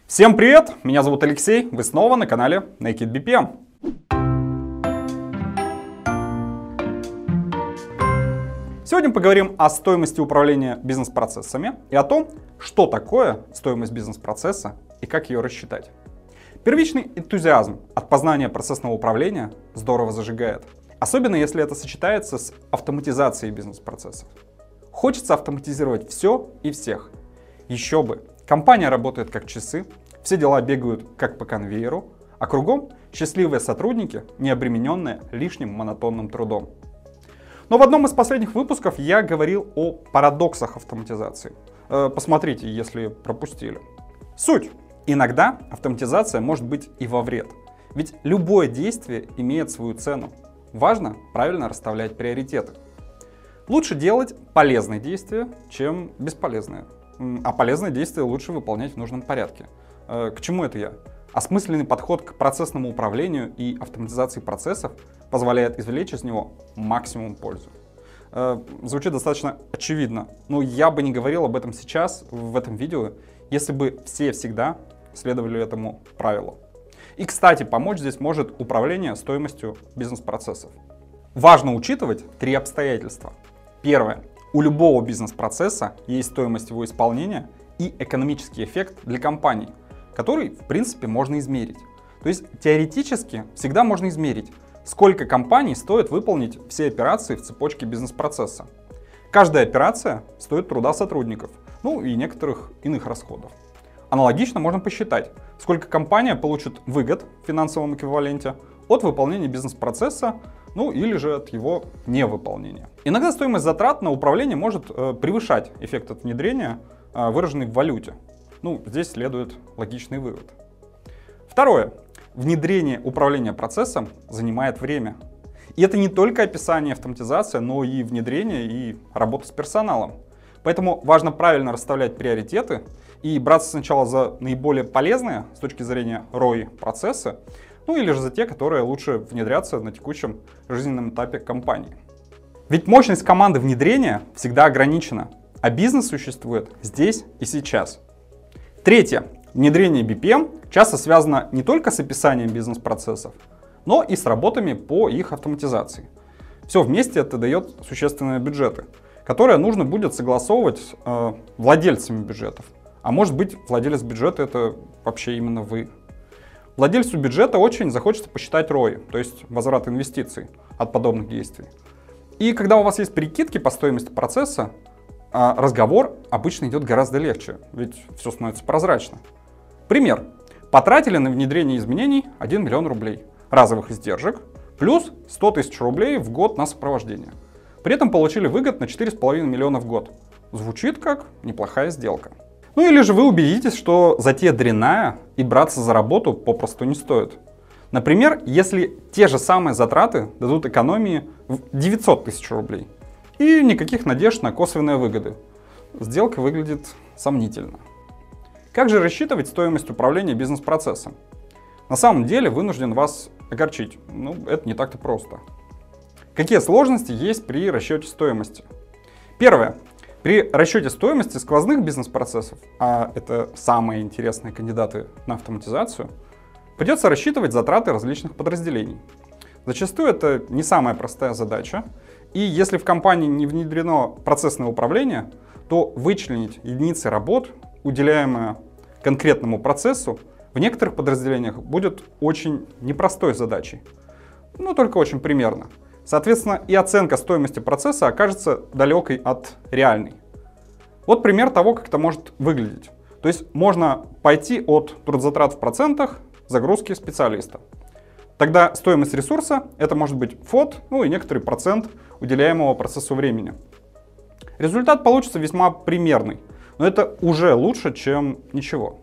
Всем привет! Меня зовут Алексей, вы снова на канале Naked BPM. Сегодня поговорим о стоимости управления бизнес-процессами и о том, что такое стоимость бизнес-процесса и как ее рассчитать. Первичный энтузиазм от познания процессного управления здорово зажигает, особенно если это сочетается с автоматизацией бизнес-процессов. Хочется автоматизировать все и всех. Еще бы! Компания работает как часы, все дела бегают как по конвейеру, а кругом счастливые сотрудники, не обремененные лишним монотонным трудом. Но в одном из последних выпусков я говорил о парадоксах автоматизации. Посмотрите, если пропустили. Суть. Иногда автоматизация может быть и во вред. Ведь любое действие имеет свою цену. Важно правильно расставлять приоритеты. Лучше делать полезные действия, чем бесполезные. А полезные действия лучше выполнять в нужном порядке. К чему это я? Осмысленный подход к процессному управлению и автоматизации процессов позволяет извлечь из него максимум пользы. Звучит достаточно очевидно, но я бы не говорил об этом сейчас, в этом видео, если бы все всегда следовали этому правилу. И, кстати, помочь здесь может управление стоимостью бизнес-процессов. Важно учитывать три обстоятельства. Первое. У любого бизнес-процесса есть стоимость его исполнения и экономический эффект для компании, который, в принципе, можно измерить. То есть теоретически всегда можно измерить, сколько компаний стоит выполнить все операции в цепочке бизнес-процесса. Каждая операция стоит труда сотрудников, и некоторых иных расходов. Аналогично можно посчитать, сколько компания получит выгод в финансовом эквиваленте от выполнения бизнес-процесса, или же от его невыполнения. Иногда стоимость затрат на управление может превышать эффект от внедрения, выраженный в валюте. Здесь следует логичный вывод. Второе. Внедрение управления процессом занимает время. И это не только описание, автоматизация, но и внедрение и работа с персоналом. Поэтому важно правильно расставлять приоритеты и браться сначала за наиболее полезные с точки зрения ROI процессы, или же за те, которые лучше внедряться на текущем жизненном этапе компании. Ведь мощность команды внедрения всегда ограничена, а бизнес существует здесь и сейчас. Третье. Внедрение BPM часто связано не только с описанием бизнес-процессов, но и с работами по их автоматизации. Все вместе это дает существенные бюджеты, которые нужно будет согласовывать с владельцами бюджетов. А может быть, владелец бюджета это вообще именно вы. Владельцу бюджета очень захочется посчитать ROI, то есть возврат инвестиций от подобных действий. И когда у вас есть прикидки по стоимости процесса, разговор обычно идет гораздо легче, ведь все становится прозрачно. Пример. Потратили на внедрение изменений 1 миллион рублей разовых издержек плюс 100 тысяч рублей в год на сопровождение. При этом получили выгод на 4,5 миллиона в год. Звучит как неплохая сделка. Или же вы убедитесь, что затея дрянная и браться за работу попросту не стоит. Например, если те же самые затраты дадут экономии в 900 тысяч рублей и никаких надежд на косвенные выгоды. Сделка выглядит сомнительно. Как же рассчитывать стоимость управления бизнес-процессом? На самом деле вынужден вас огорчить. Это не так-то просто. Какие сложности есть при расчете стоимости? Первое. При расчете стоимости сквозных бизнес-процессов, а это самые интересные кандидаты на автоматизацию, придется рассчитывать затраты различных подразделений. Зачастую это не самая простая задача, и если в компании не внедрено процессное управление, то вычленить единицы работ, уделяемые конкретному процессу, в некоторых подразделениях будет очень непростой задачей, только очень примерно. Соответственно, и оценка стоимости процесса окажется далекой от реальной. Вот пример того, как это может выглядеть. То есть можно пойти от трудозатрат в процентах загрузки специалиста. Тогда стоимость ресурса это может быть ФОТ, и некоторый процент уделяемого процессу времени. Результат получится весьма примерный, но это уже лучше, чем ничего.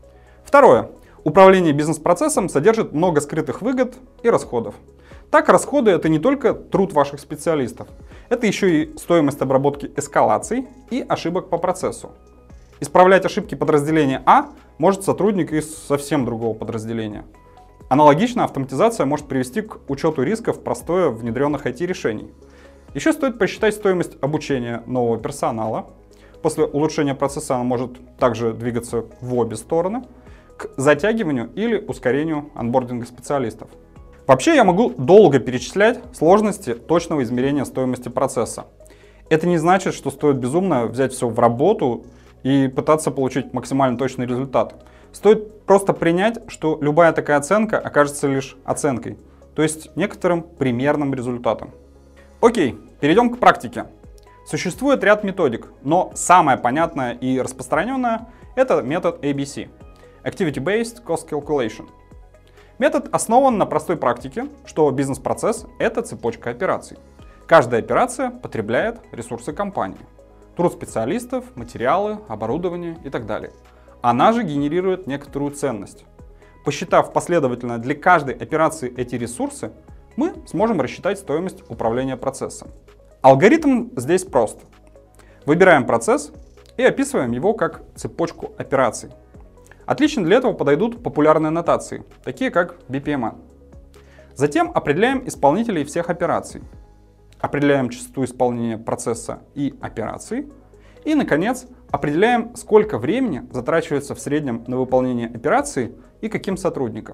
Второе. Управление бизнес-процессом содержит много скрытых выгод и расходов. Так, расходы — это не только труд ваших специалистов, это еще и стоимость обработки эскалаций и ошибок по процессу. Исправлять ошибки подразделения А может сотрудник из совсем другого подразделения. Аналогично автоматизация может привести к учету рисков простое внедренных IT-решений. Еще стоит посчитать стоимость обучения нового персонала. После улучшения процесса она может также двигаться в обе стороны. к затягиванию или ускорению онбординга специалистов. Вообще я могу долго перечислять сложности точного измерения стоимости процесса. Это не значит, что стоит безумно взять все в работу и пытаться получить максимально точный результат. Стоит просто принять, что любая такая оценка окажется лишь оценкой, то есть некоторым примерным результатом. Окей, перейдем к практике. Существует ряд методик, но самая понятная и распространенная – это метод ABC – Activity-Based Cost Calculation. Метод основан на простой практике, что бизнес-процесс – это цепочка операций. Каждая операция потребляет ресурсы компании, труд специалистов, материалы, оборудование и так далее. Она же генерирует некоторую ценность. Посчитав последовательно для каждой операции эти ресурсы, мы сможем рассчитать стоимость управления процессом. Алгоритм здесь прост. Выбираем процесс и описываем его как цепочку операций. Отлично для этого подойдут популярные нотации, такие как BPMN. Затем определяем исполнителей всех операций. Определяем частоту исполнения процесса и операций. И, наконец, определяем, сколько времени затрачивается в среднем на выполнение операции и каким сотрудникам.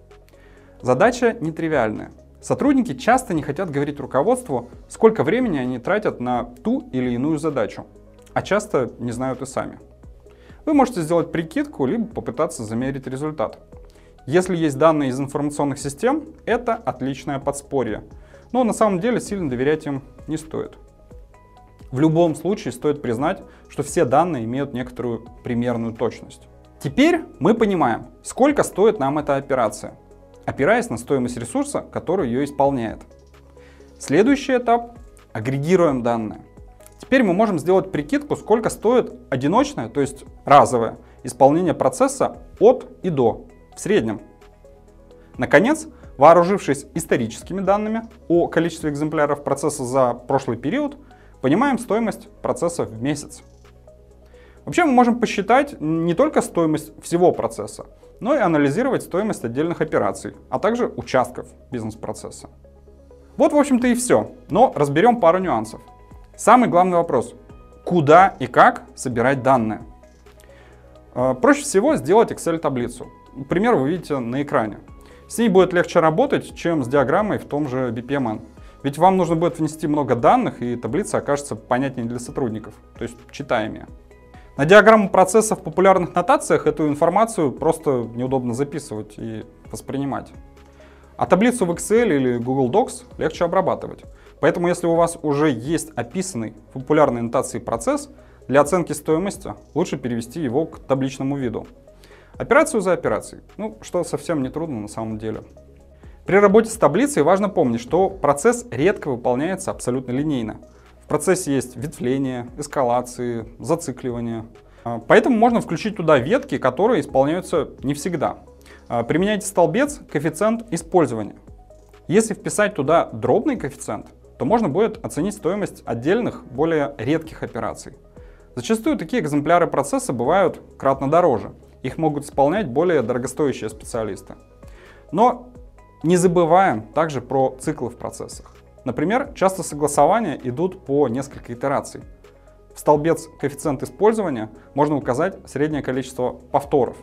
Задача нетривиальная. Сотрудники часто не хотят говорить руководству, сколько времени они тратят на ту или иную задачу, а часто не знают и сами. Вы можете сделать прикидку, либо попытаться замерить результат. Если есть данные из информационных систем, это отличное подспорье, но на самом деле сильно доверять им не стоит. В любом случае стоит признать, что все данные имеют некоторую примерную точность. Теперь мы понимаем, сколько стоит нам эта операция, опираясь на стоимость ресурса, который ее исполняет. Следующий этап – агрегируем данные. Теперь мы можем сделать прикидку, сколько стоит одиночное, то есть разовое, исполнение процесса от и до, в среднем. Наконец, вооружившись историческими данными о количестве экземпляров процесса за прошлый период, понимаем стоимость процесса в месяц. Вообще мы можем посчитать не только стоимость всего процесса, но и анализировать стоимость отдельных операций, а также участков бизнес-процесса. Вот, в общем-то, и все. Но разберем пару нюансов. Самый главный вопрос – куда и как собирать данные? Проще всего сделать Excel-таблицу. Пример вы видите на экране. С ней будет легче работать, чем с диаграммой в том же BPMN. Ведь вам нужно будет внести много данных, и таблица окажется понятнее для сотрудников, то есть читаемее. На диаграмму процесса в популярных нотациях эту информацию просто неудобно записывать и воспринимать. А таблицу в Excel или Google Docs легче обрабатывать. Поэтому если у вас уже есть описанный в популярной нотации процесс, для оценки стоимости лучше перевести его к табличному виду. Операцию за операцией, что совсем не трудно на самом деле. При работе с таблицей важно помнить, что процесс редко выполняется абсолютно линейно. В процессе есть ветвление, эскалации, зацикливание. Поэтому можно включить туда ветки, которые исполняются не всегда. Применяйте столбец коэффициент использования. Если вписать туда дробный коэффициент, то можно будет оценить стоимость отдельных, более редких операций. Зачастую такие экземпляры процесса бывают кратно дороже. Их могут исполнять более дорогостоящие специалисты. Но не забываем также про циклы в процессах. Например, часто согласования идут по несколько итераций. В столбец коэффициент использования можно указать среднее количество повторов.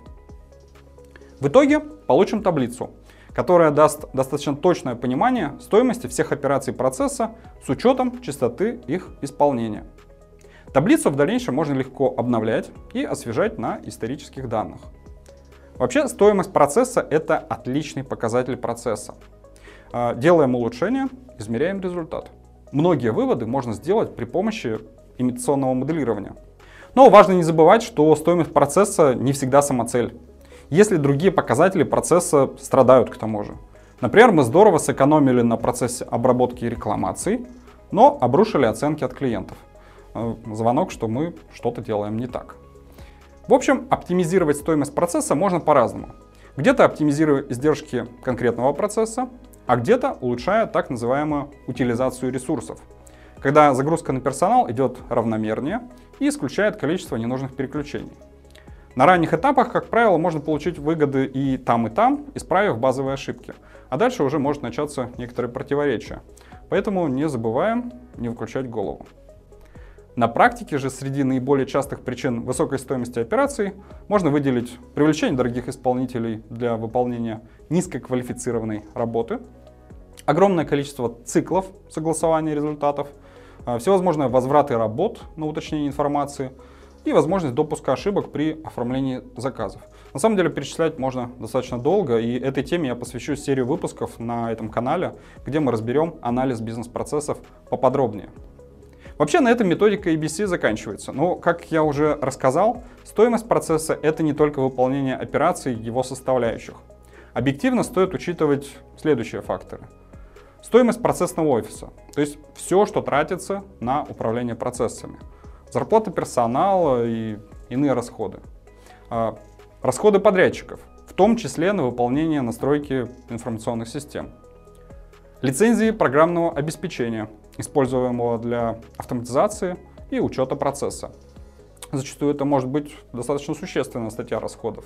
В итоге получим таблицу, которая даст достаточно точное понимание стоимости всех операций процесса с учетом частоты их исполнения. Таблицу в дальнейшем можно легко обновлять и освежать на исторических данных. Вообще, стоимость процесса – это отличный показатель процесса. Делаем улучшение, измеряем результат. Многие выводы можно сделать при помощи имитационного моделирования. Но важно не забывать, что стоимость процесса не всегда самоцель. Если другие показатели процесса страдают к тому же. Например, мы здорово сэкономили на процессе обработки рекламаций, но обрушили оценки от клиентов. Звонок, что мы что-то делаем не так. В общем, оптимизировать стоимость процесса можно по-разному. Где-то оптимизируя издержки конкретного процесса, а где-то улучшая так называемую утилизацию ресурсов, когда загрузка на персонал идет равномернее и исключает количество ненужных переключений. На ранних этапах, как правило, можно получить выгоды и там, исправив базовые ошибки, а дальше уже может начаться некоторые противоречия. Поэтому не забываем не выключать голову. На практике же среди наиболее частых причин высокой стоимости операций можно выделить привлечение дорогих исполнителей для выполнения низкоквалифицированной работы, огромное количество циклов согласования результатов, всевозможные возвраты работ на уточнение информации и возможность допуска ошибок при оформлении заказов. На самом деле перечислять можно достаточно долго, и этой теме я посвящу серию выпусков на этом канале, где мы разберем анализ бизнес-процессов поподробнее. Вообще на этом методика ABC заканчивается, но, как я уже рассказал, стоимость процесса — это не только выполнение операций, его составляющих. Объективно стоит учитывать следующие факторы. Стоимость процессного офиса, то есть все, что тратится на управление процессами. Зарплата персонала и иные расходы. Расходы подрядчиков, в том числе на выполнение настройки информационных систем. Лицензии программного обеспечения, используемого для автоматизации и учета процесса. Зачастую это может быть достаточно существенная статья расходов.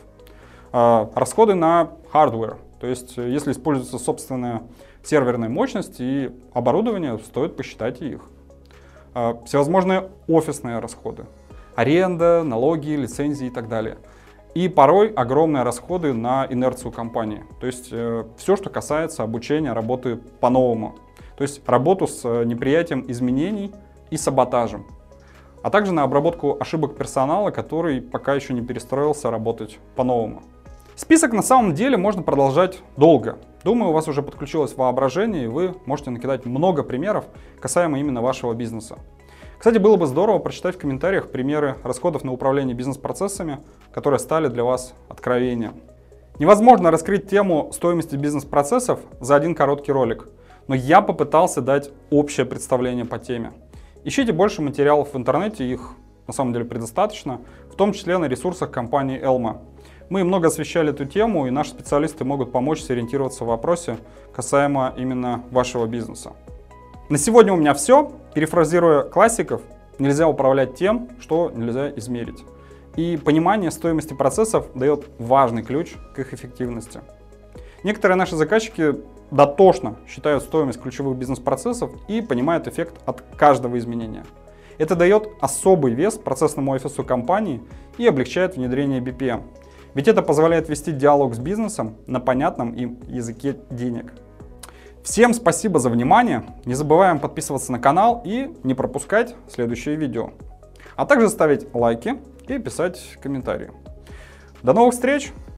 Расходы на hardware, то есть если используется собственная серверная мощность и оборудование, стоит посчитать и их. Всевозможные офисные расходы, аренда, налоги, лицензии и так далее. И порой огромные расходы на инерцию компании, то есть все, что касается обучения работы по-новому, то есть работу с неприятием изменений и саботажем, а также на обработку ошибок персонала, который пока еще не перестроился работать по-новому. Список на самом деле можно продолжать долго. Думаю, у вас уже подключилось воображение, и вы можете накидать много примеров, касаемо именно вашего бизнеса. Кстати, было бы здорово прочитать в комментариях примеры расходов на управление бизнес-процессами, которые стали для вас откровением. Невозможно раскрыть тему стоимости бизнес-процессов за один короткий ролик, но я попытался дать общее представление по теме. Ищите больше материалов в интернете, их на самом деле предостаточно, в том числе на ресурсах компании Elma. Мы много освещали эту тему, и наши специалисты могут помочь сориентироваться в вопросе, касаемо именно вашего бизнеса. На сегодня у меня все. Перефразируя классиков, нельзя управлять тем, что нельзя измерить. И понимание стоимости процессов дает важный ключ к их эффективности. Некоторые наши заказчики дотошно считают стоимость ключевых бизнес-процессов и понимают эффект от каждого изменения. Это дает особый вес процессному офису компании и облегчает внедрение BPM. Ведь это позволяет вести диалог с бизнесом на понятном им языке денег. Всем спасибо за внимание, не забываем подписываться на канал и не пропускать следующие видео. А также ставить лайки и писать комментарии. До новых встреч!